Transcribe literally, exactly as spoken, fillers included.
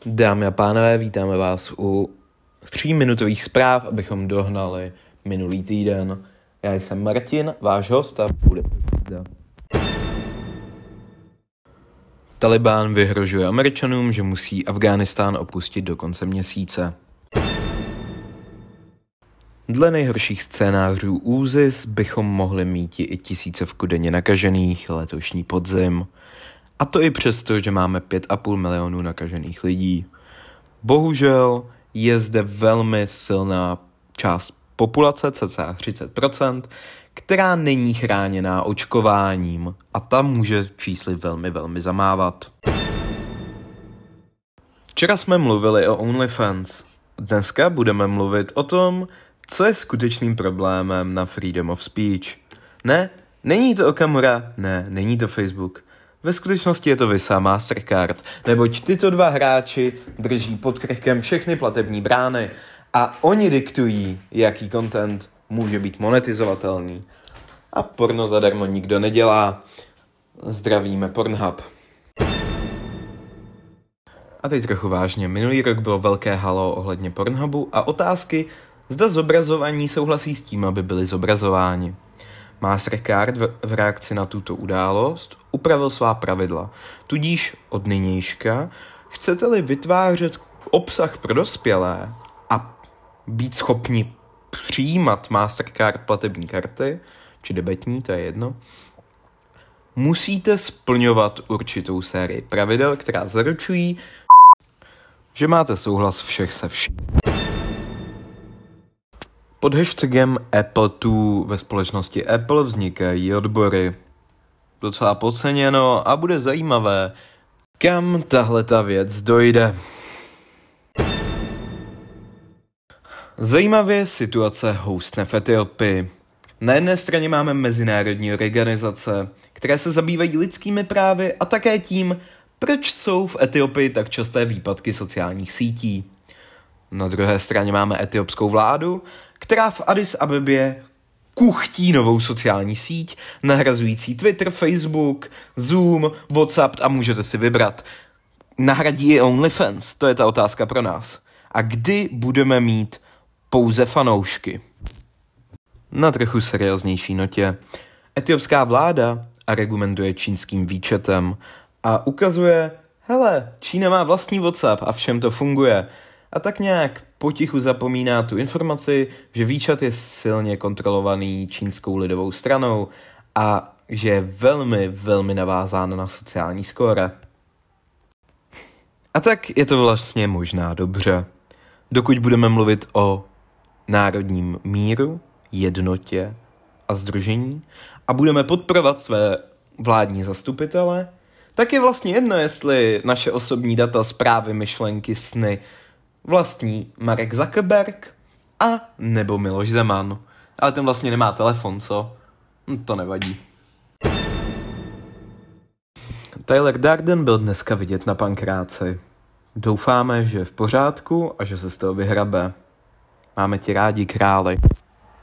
Dámy a pánové, vítáme vás u tříminutových zpráv, abychom dohnali minulý týden. Já jsem Martin, váš host a bude zda. Taliban vyhrožuje Američanům, že musí Afghánistán opustit do konce měsíce. Dle nejhorších scénářů ÚZIS bychom mohli mít i tisícovku denně nakažených letošní podzim. A to i přesto, že máme pět a půl milionu nakažených lidí. Bohužel je zde velmi silná část populace, cca třicet procent, která není chráněná očkováním a ta může čísly velmi, velmi zamávat. Včera jsme mluvili o OnlyFans. Dneska budeme mluvit o tom, co je skutečným problémem na Freedom of Speech. Ne, není to Okamura, ne, není to Facebook. Ve skutečnosti je to Visa, Mastercard, neboť tyto dva hráči drží pod krkem všechny platební brány a oni diktují, jaký content může být monetizovatelný. A porno zadarmo nikdo nedělá. Zdravíme Pornhub. A teď trochu vážně. Minulý rok bylo velké halo ohledně Pornhubu a otázky, zda zobrazování souhlasí s tím, aby byli zobrazováni. Mastercard v reakci na tuto událost upravil svá pravidla. Tudíž od nynějška chcete-li vytvářet obsah pro dospělé a být schopni přijímat Mastercard platební karty, či debetní, to je jedno, musíte splňovat určitou sérii pravidel, která zaručují, že máte souhlas všech se vším. Pod hashtagem Apple two ve společnosti Apple vznikají odbory. Docela podceněno a bude zajímavé, kam tahle ta věc dojde. Zajímavě situace houstne v Etiopii. Na jedné straně máme mezinárodní organizace, které se zabývají lidskými právy a také tím, proč jsou v Etiopii tak časté výpadky sociálních sítí. Na druhé straně máme etiopskou vládu, která v Addis Abebě kuchtí novou sociální síť, nahrazující Twitter, Facebook, Zoom, WhatsApp a můžete si vybrat. Nahradí i OnlyFans, to je ta otázka pro nás. A kdy budeme mít pouze fanoušky? Na trochu serióznější notě. Etiopská vláda argumentuje čínským výčetem a ukazuje, hele, Čína má vlastní WhatsApp a všem to funguje. A tak nějak potichu zapomíná tu informaci, že výčet je silně kontrolovaný čínskou lidovou stranou a že je velmi, velmi navázán na sociální skóre. A tak je to vlastně možná dobře. Dokud budeme mluvit o národním míru, jednotě a sdružení a budeme podporovat své vládní zastupitele, tak je vlastně jedno, jestli naše osobní data, zprávy, myšlenky, sny vlastní Marek Zuckerberg a nebo Miloš Zeman. Ale ten vlastně nemá telefon, co? Hm, to nevadí. Tyler Durden byl dneska vidět na Pankráci. Doufáme, že je v pořádku a že se z toho vyhrabe. Máme ti rádi, králi.